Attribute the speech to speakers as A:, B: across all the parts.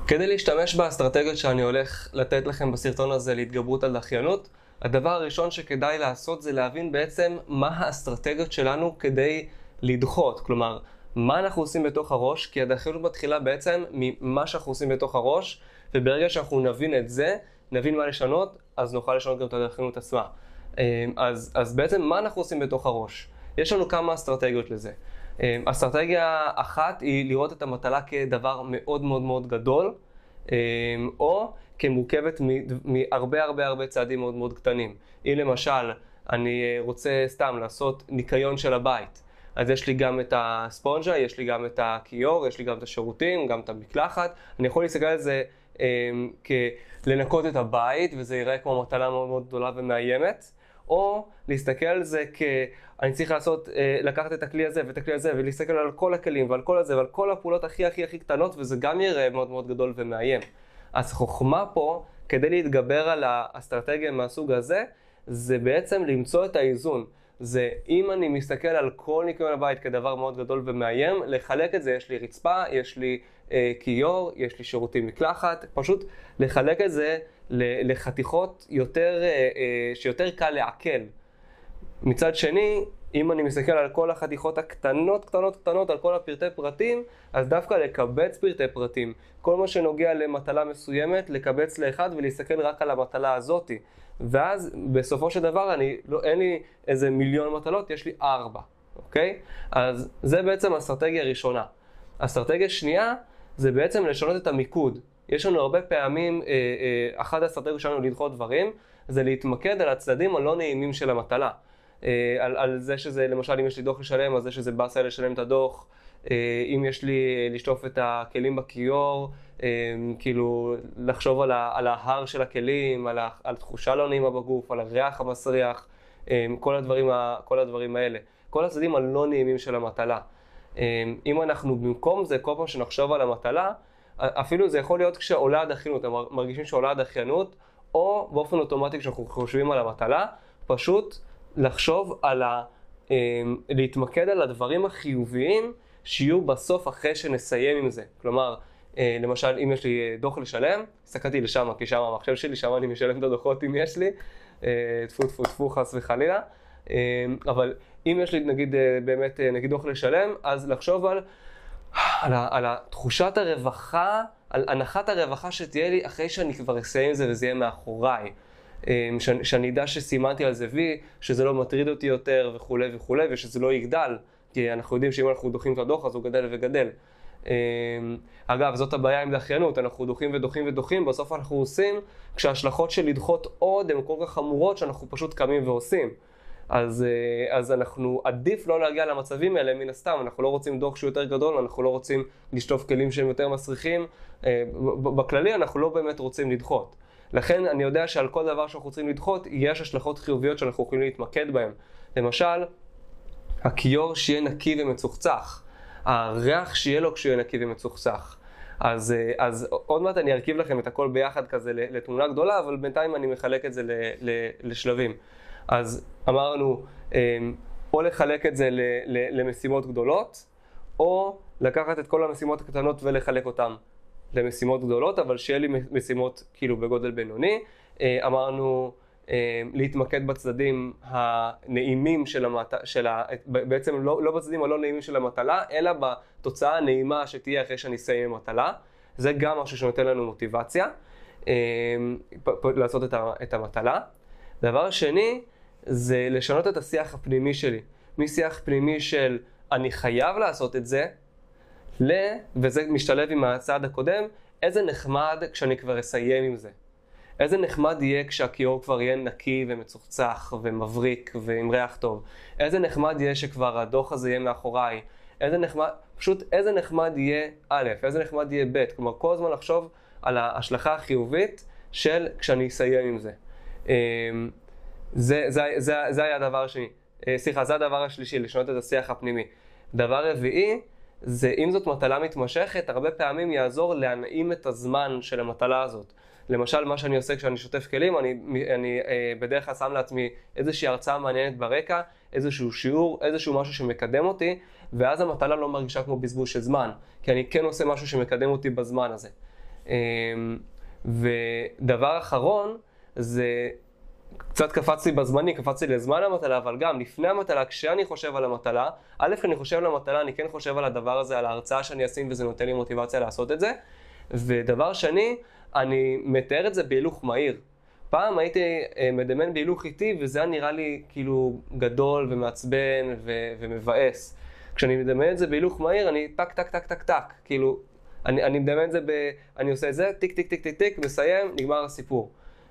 A: כדי להשתמש באסטרטגיות שאני הולך לתת לכם בסרטון הזה להתגברות על דחיינות, הדבר הראשון שכדאי לעשות זה להבין בעצם מה האסטרטגיות שלנו כדי לדחות. כלומר, מה אנחנו עושים בתוך הראש, כי הדחיינות מתחילה בעצם ממה שאנחנו עושים בתוך הראש, וברגע שאנחנו נבין את זה, נבין מה לשנות, אז נוכל לשנות גם את הדחיינות עצמה. אז בעצם מה אנחנו עושים בתוך הראש? יש לנו כמה אסטרטגיות לזה. אסטרטגיה אחת היא לראות את המטלה כדבר מאוד מאוד מאוד גדול, או כמורכבת מהרבה צעדים מאוד מאוד קטנים. אם למשל אני רוצה סתם לעשות ניקיון של הבית, אז יש לי גם את הספונג'ה, יש לי גם את הכיור, יש לי גם את השירותים, גם את המקלחת. אני יכול להסתכל על זה כלנקות את הבית, וזה יראה כמו מטלה מאוד מאוד גדולה ומאיימת, או להסתכל על זה אני צריך לקחת את הכלי הזה ואת הכלי הזה, ולהסתכל על כל הכלים ועל כל הזה ועל כל הפעולות הכי קטנות, וזה גם יראה מאוד מאוד גדול ומאיים. אז חוכמה פה, כדי להתגבר על האסטרטגיה מהסוג הזה, זה בעצם למצוא את האיזון. זה אם אני מסתכל על כל ניקיון הבית כדבר מאוד גדול ומאיים, לחלק את זה, יש לי רצפה, יש לי כיור, יש לי שירותים מקלחת, פשוט לחלק את זה לחתיכות שיותר קל לעכל. מצד שני, אם אני מסתכל על כל החתיכות הקטנות, על כל הפרטי פרטים, אז דווקא לקבץ פרטי פרטים. כל מה שנוגע למטלה מסוימת, לקבץ לאחד ולהסתכל רק על המטלה הזאת. ואז בסופו של דבר אין לי איזה מיליון מטלות, יש לי 4. אוקיי? אז זה בעצם אסטרטגיה ראשונה. אסטרטגיה שנייה זה בעצם לשנות את המיקוד. יש לנו הרבה פעמים, אחת האסטרטגיות שלנו לדחות דברים, זה להתמקד על הצדדים הלא נעימים של המטלה. על זה שזה, למשל, אם יש לי דוח לשלם, אז זה שזה באסה לשלם את הדוח. אם יש לי לשטוף את הכלים בכיור, כאילו לחשוב על ההר של הכלים, על תחושה לא נעימה בגוף, על הריח המסריח, כל הדברים האלה. כל הצדדים הלא נעימים של המטלה. אם אנחנו במקום זה, כל פעם שנחשוב על המטלה, אפילו זה יכול להיות כשעולה הדחיינות, מרגישים שעולה הדחיינות, או באופן אוטומטי כשאנחנו חושבים על המטלה, פשוט לחשוב להתמקד על הדברים החיוביים שיהיו בסוף אחרי שנסיים עם זה. כלומר, למשל, אם יש לי דוח לשלם, הסתכלתי לשם, כי שם המחשב שלי, שם אני משלם את הדוחות אם יש לי, טפו חס וחלילה. אבל אם יש לי נגיד דוח לשלם, אז לחשוב על תחושת הרווחה, על הנחת הרווחה שתהיה לי אחרי שאני כבר אסיים עם זה וזה יהיה מאחוריי. שאני אדע שסימנתי על זה וי, שזה לא מטריד אותי יותר וכו' וכו', ושזה לא יגדל, כי אנחנו יודעים שאם אנחנו דוחים את הדוח אז הוא גדל וגדל. אגב, זאת הבעיה עם דחיינות, אנחנו דוחים, בסוף אנחנו עושים, כשההשלכות של לדחות עוד הן כל כך חמורות שאנחנו פשוט קמים ועושים. אז אנחנו עדיף לא להגיע למצבים האלה מן הסתם, אנחנו לא רוצים דוח שהוא יותר גדול, אנחנו לא רוצים לשטוף כלים שהם יותר מסריחים, בכללי אנחנו לא באמת רוצים לדחות. לכן אני יודע שעל כל דבר שאנחנו רוצים לדחות, יש השלכות חיוביות שאנחנו יכולים להתמקד בהן. למשל, הכיור שיהיה נקי ומצוחצח, הריח שיהיה לו כשהוא יהיה נקי ומצוחצח. אז עוד מעט אני ארכיב לכם את הכל ביחד כזה לתמונה גדולה, אבל בינתיים אני מחלק את זה לשלבים. אז אמרנו, או לחלק את זה למשימות גדולות, או לקחת את כל המשימות הקטנות ולחלק אותן למשימות גדולות, אבל שיהיה לי משימות כאילו בגודל בינוני. אמרנו להתמקד בצדדים הנעימים בעצם לא בצדדים הלא נעימים של המטלה, אלא בתוצאה הנעימה שתהיה אחרי שאני אסיים עם המטלה. זה גם משהו שנותן לנו מוטיבציה לעשות את המטלה. דבר שני, זה לשנות את השיח הפנימי שלי. משיח פנימי של אני חייב לעשות את זה, וזה משתלב עם הצעד הקודם, איזה נחמד כשאני כבר אסיים עם זה. איזה נחמד יהיה כשהכיור כבר יהיה נקי ומצוחצח ומבריק ועם ריח טוב. איזה נחמד יהיה שכבר הדוח הזה יהיה מאחוריי. איזה נחמד יהיה א', איזה נחמד יהיה ב'. כלומר, כל הזמן לחשוב על ההשלכה החיובית של כשאני אסיים עם זה. זה היה הדבר השני. זה הדבר השלישי, לשנות את השיח הפנימי. דבר רביעי, זה אם זאת מטלה מתמשכת, הרבה פעמים יעזור להנעים את הזמן של המטלה הזאת. למשל, מה שאני עושה כשאני שוטף כלים, אני בדרך כלל שם לעצמי איזושהי הרצאה מעניינת ברקע, איזשהו שיעור, איזשהו משהו שמקדם אותי, ואז המטלה לא מרגישה כמו בזבוז של זמן, כי אני כן עושה משהו שמקדם אותי בזמן הזה. ודבר אחרון, זה קצת קפצתי בזמני, קפצתי לזמן המטלה, אבל גם לפני המטלה, כשאני חושב על המטלה, א', אני חושב על המטלה, אני כן חושב על הדבר הזה, על ההרצאה שאני אשים, וזה נותן לי מוטיבציה לעשות את זה. ודבר שני, אני מתאר את זה בהילוך מהיר. פעם הייתי מדמיין בהילוך איטי, וזה היה נראה לי כאילו גדול ומעצבן ומבאס. כשאני מדמיין את זה בהילוך מהיר, אני טק, טק, טק, טק, טק. כאילו, אני מדמיין את זה אני עושה את זה, טיק, טיק, טיק, טיק, טיק, מסיים, נגמר הסיפור.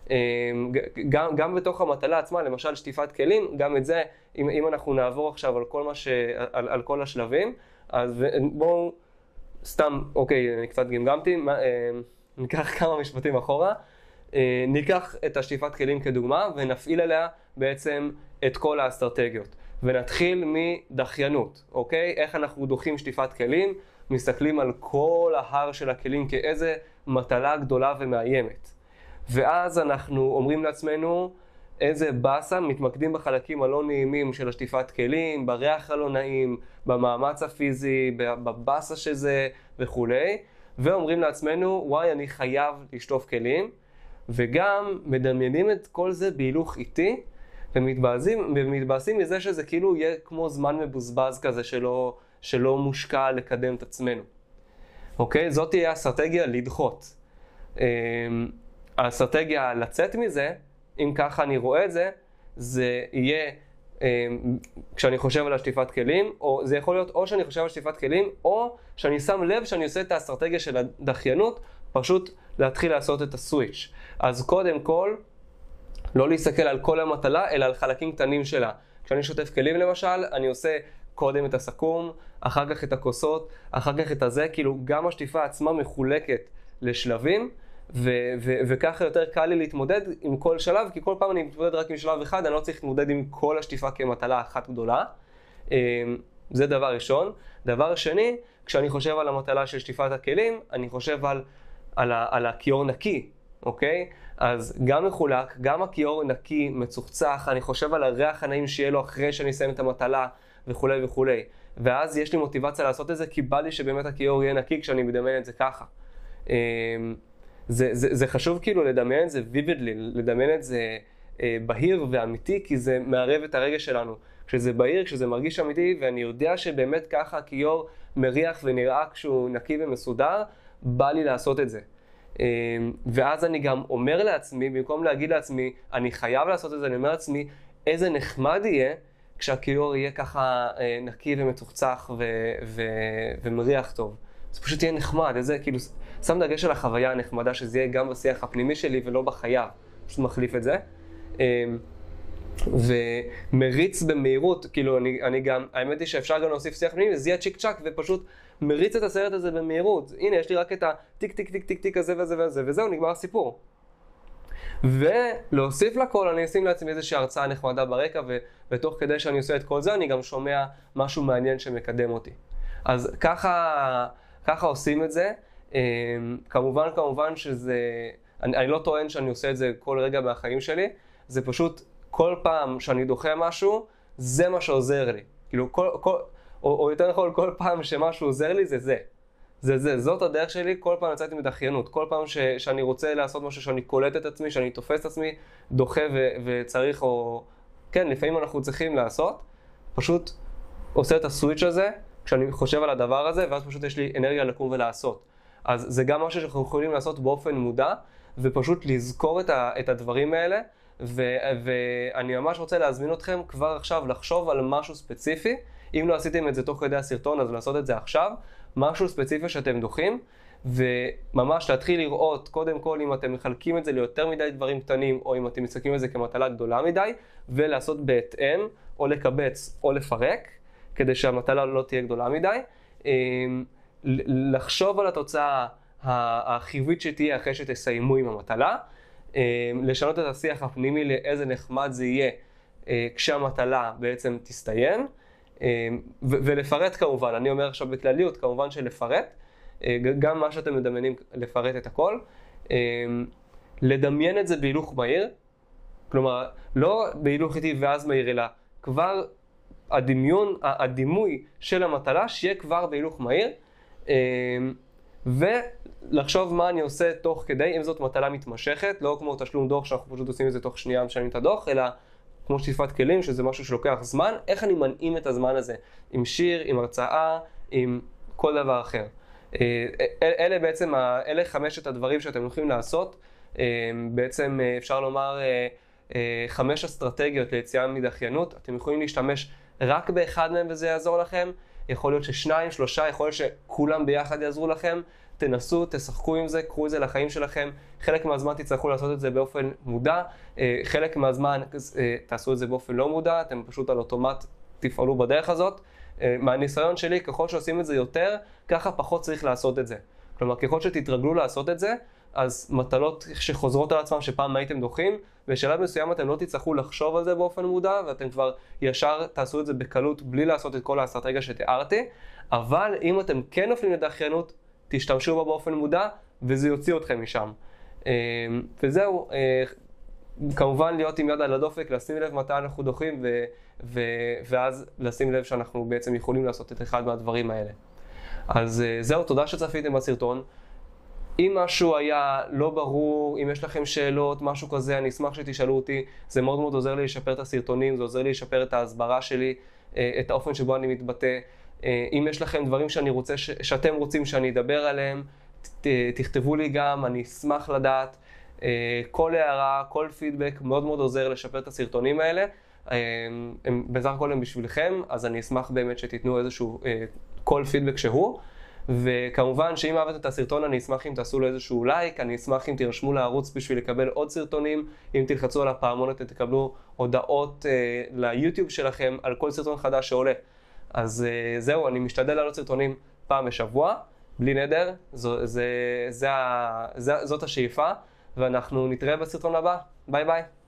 A: גם בתוך המטלה עצמה, למשל שטיפת כלים, גם את זה, אם אנחנו נעבור עכשיו על כל השלבים, אז בואו, סתם, אוקיי, אני קצת גמגמתי, ניקח כמה משפטים אחורה, ניקח את השטיפת כלים כדוגמה ונפעיל עליה בעצם את כל האסטרטגיות. ונתחיל מדחיינות, אוקיי? איך אנחנו דוחים שטיפת כלים, מסתכלים על כל ההר של הכלים כאיזה מטלה גדולה ומאיימת. ואז אנחנו אומרים לעצמנו איזה בסה, מתמקדים בחלקים הלא נעימים של השטיפת כלים, בריח הלא נעים, במאמץ הפיזי, בבסה שזה וכו'. ואומרים לעצמנו, וואי, אני חייב לשטוף כלים. וגם מדמיינים את כל זה בהילוך איטי, ומתבאסים מזה שזה כאילו יהיה כמו זמן מבוזבז כזה שלא מושקע לקדם את עצמנו. אוקיי? זאת תהיה האסטרטגיה לדחות. האסטרטגיה לצאת מזה, אם ככה אני רואה את זה, זה יהיה כשאני חושב על השטיפת כלים, או זה יכול להיות או שאני חושב על שטיפת כלים, או שאני שם לב שאני עושה את האסטרטגיה של הדחיינות, פשוט להתחיל לעשות את הסוויץ'. אז קודם כל, לא להסתכל על כל המטלה, אלא על חלקים קטנים שלה. כשאני שוטף כלים למשל, אני עושה קודם את הסכו"ם, אחר כך את הכוסות, אחר כך את הזה, כאילו גם השטיפה עצמה מחולקת לשלבים, וככה יותר קל לי להתמודד עם כל שלב, כי כל פעם אני מתמודד רק עם שלב אחד, אני לא צריך להתמודד עם כל השטיפה כמטלה אחת גדולה. זה דבר ראשון. דבר שני, כשאני חושב על המטלה של שטיפת הכלים, אני חושב על הכיור נקי, אוקיי? אז גם מחולק, גם הכיור נקי, מצוחצח, אני חושב על הריח הנעים שיהיה לו אחרי שאני אסיים את המטלה וכו' וכו'. ואז יש לי מוטיבציה לעשות את זה, כי בא לי שבאמת הכיור יהיה נקי כשאני מדמיין את זה ככה. זה חשוב כאילו לדמיין את זה vividly, לדמיין את זה בהיר ואמיתי, כי זה מערב את הרגש שלנו. כשזה בהיר, כשזה מרגיש אמיתי, ואני יודע שבאמת ככה הכיור מריח ונראה כשהוא נקי ומסודר, בא לי לעשות את זה. ואז אני גם אומר לעצמי, במקום להגיד לעצמי, אני חייב לעשות את זה, אני אומר לעצמי, איזה נחמד יהיה כשהכיור יהיה ככה נקי ומצוחצח ומריח טוב. זה פשוט יהיה נחמד, איזה כאילו, שם דגש על החוויה הנחמדה, שזה יהיה גם בשיח הפנימי שלי ולא בחייו. פשוט מחליף את זה. ומריץ במהירות, כאילו אני גם, האמת היא שאפשר גם להוסיף שיח פנימי, זה יהיה צ'יק צ'ק ופשוט מריץ את הסרט הזה במהירות. הנה, יש לי רק את הטיק טיק טיק טיק טיק הזה וזה וזה, וזהו, נגמר הסיפור. ולהוסיף לכל, אני אשים לעצמי איזושהי הרצאה נחמדה ברקע, ותוך כדי שאני עושה את כל זה, אני גם שומע משהו מעניין שמקדם אותי. אז ככה עושים את זה. כמובן שזה, אני לא טוען שאני עושה את זה כל רגע מהחיים שלי, זה פשוט כל פעם שאני דוחה משהו, זה מה שעוזר לי. כאילו, או יותר נכון, כל פעם שמשהו עוזר לי, זאת הדרך שלי, כל פעם יצאתי מדחיינות. כל פעם שאני רוצה לעשות משהו שאני קולט את עצמי, שאני תופס את עצמי, דוחה וצריך, או כן, לפעמים אנחנו צריכים לעשות, פשוט עושה את הסוויץ' הזה, כשאני חושב על הדבר הזה, ואז פשוט יש לי אנרגיה לקום ולעשות. אז זה גם משהו שאנחנו יכולים לעשות באופן מודע, ופשוט לזכור את הדברים האלה, ואני ממש רוצה להזמין אתכם כבר עכשיו לחשוב על משהו ספציפי. אם לא עשיתם את זה תוך כדי הסרטון, אז לעשות את זה עכשיו. משהו ספציפי שאתם דוחים, וממש להתחיל לראות, קודם כל, אם אתם מחלקים את זה ליותר מדי דברים קטנים, או אם אתם מסתכלים על זה כמטלה גדולה מדי, ולעשות בהתאם, או לקבץ, או לפרק, כדי שהמטלה לא תהיה גדולה מדי. לחשוב על התוצאה החיובית שתהיה אחרי שתסיימו עם המטלה, לשנות את השיח הפנימי לאיזה נחמד זה יהיה כשהמטלה בעצם תסתיים, ולפרט כמובן, אני אומר עכשיו בכלליות, כמובן שלפרט, גם מה שאתם מדמיינים לפרט את הכל, לדמיין את זה בהילוך מהיר, כלומר לא בהילוך איטי ואז מהיר, אלא כבר הדימוי של המטלה שיהיה כבר בהילוך מהיר, ולחשוב מה אני עושה תוך כדי, אם זאת מטלה מתמשכת, לא כמו תשלום דוח שאנחנו פשוט עושים את זה תוך שנייה משנים את הדוח, אלא כמו שטיפת כלים, שזה משהו שלוקח זמן, איך אני מנעים את הזמן הזה, עם שיר, עם הרצאה, עם כל דבר אחר. אלה בעצם, אלה 5 הדברים שאתם הולכים לעשות, בעצם אפשר לומר 5 אסטרטגיות ליציאה מדחיינות, אתם יכולים להשתמש רק באחד מהם וזה יעזור לכם, יכול להיות ש2, 3, יכול להיות שכולם ביחד יעזרו לכם, תנסו, תשחקו עם זה, קחו את זה לחיים שלכם, חלק מהזמן תצטרכו לעשות את זה באופן מודע, חלק מהזמן תעשו את זה באופן לא מודע, אתם פשוט על אוטומט תפעלו בדרך הזאת. מהניסיון שלי, ככל שעושים את זה יותר, ככה פחות צריך לעשות את זה. כלומר, ככל שתתרגלו לעשות את זה, אז מטלות שחוזרות על עצמם שפעם הייתם דוחים, בשלב מסוים אתם לא תצטרכו לחשוב על זה באופן מודע, ואתם כבר ישר תעשו את זה בקלות בלי לעשות את כל האסטרטגיה שתיארתי, אבל אם אתם כן נופלים לדחיינות, תשתמשו בה באופן מודע, וזה יוציא אתכם משם. וזהו, כמובן להיות עם יד על הדופק, לשים לב מתי אנחנו דוחים, ואז לשים לב שאנחנו בעצם יכולים לעשות את אחד מהדברים האלה. אז זהו, תודה שצפיתם בסרטון. אם משהו היה לא ברור, אם יש לכם שאלות, משהו כזה, אני אשמח שתשאלו אותי. זה מאוד מאוד עוזר לי לשפר את הסרטונים, זה עוזר לי לשפר את ההסברה שלי, את האופן שבו אני מתבטא. אם יש לכם דברים שאתם רוצים שאני אדבר עליהם, תכתבו לי גם, אני אשמח לדעת. כל הערה, כל פידבק מאוד מאוד עוזר לשפר את הסרטונים האלה. בסך הכל הם בשבילכם, אז אני אשמח באמת שתיתנו איזשהו כל פידבק שהוא. וכמובן שאם אהבתם את הסרטון אני אשמח אם תעשו לו איזשהו לייק, אני אשמח אם תירשמו לערוץ בשביל לקבל עוד סרטונים, אם תלחצו על הפעמונת תקבלו הודעות ליוטיוב שלכם על כל סרטון חדש שעולה. אז זהו, אני משתדל לעלות סרטונים פעם בשבוע, בלי נדר, זאת השאיפה, ואנחנו נתראה בסרטון הבא. ביי ביי.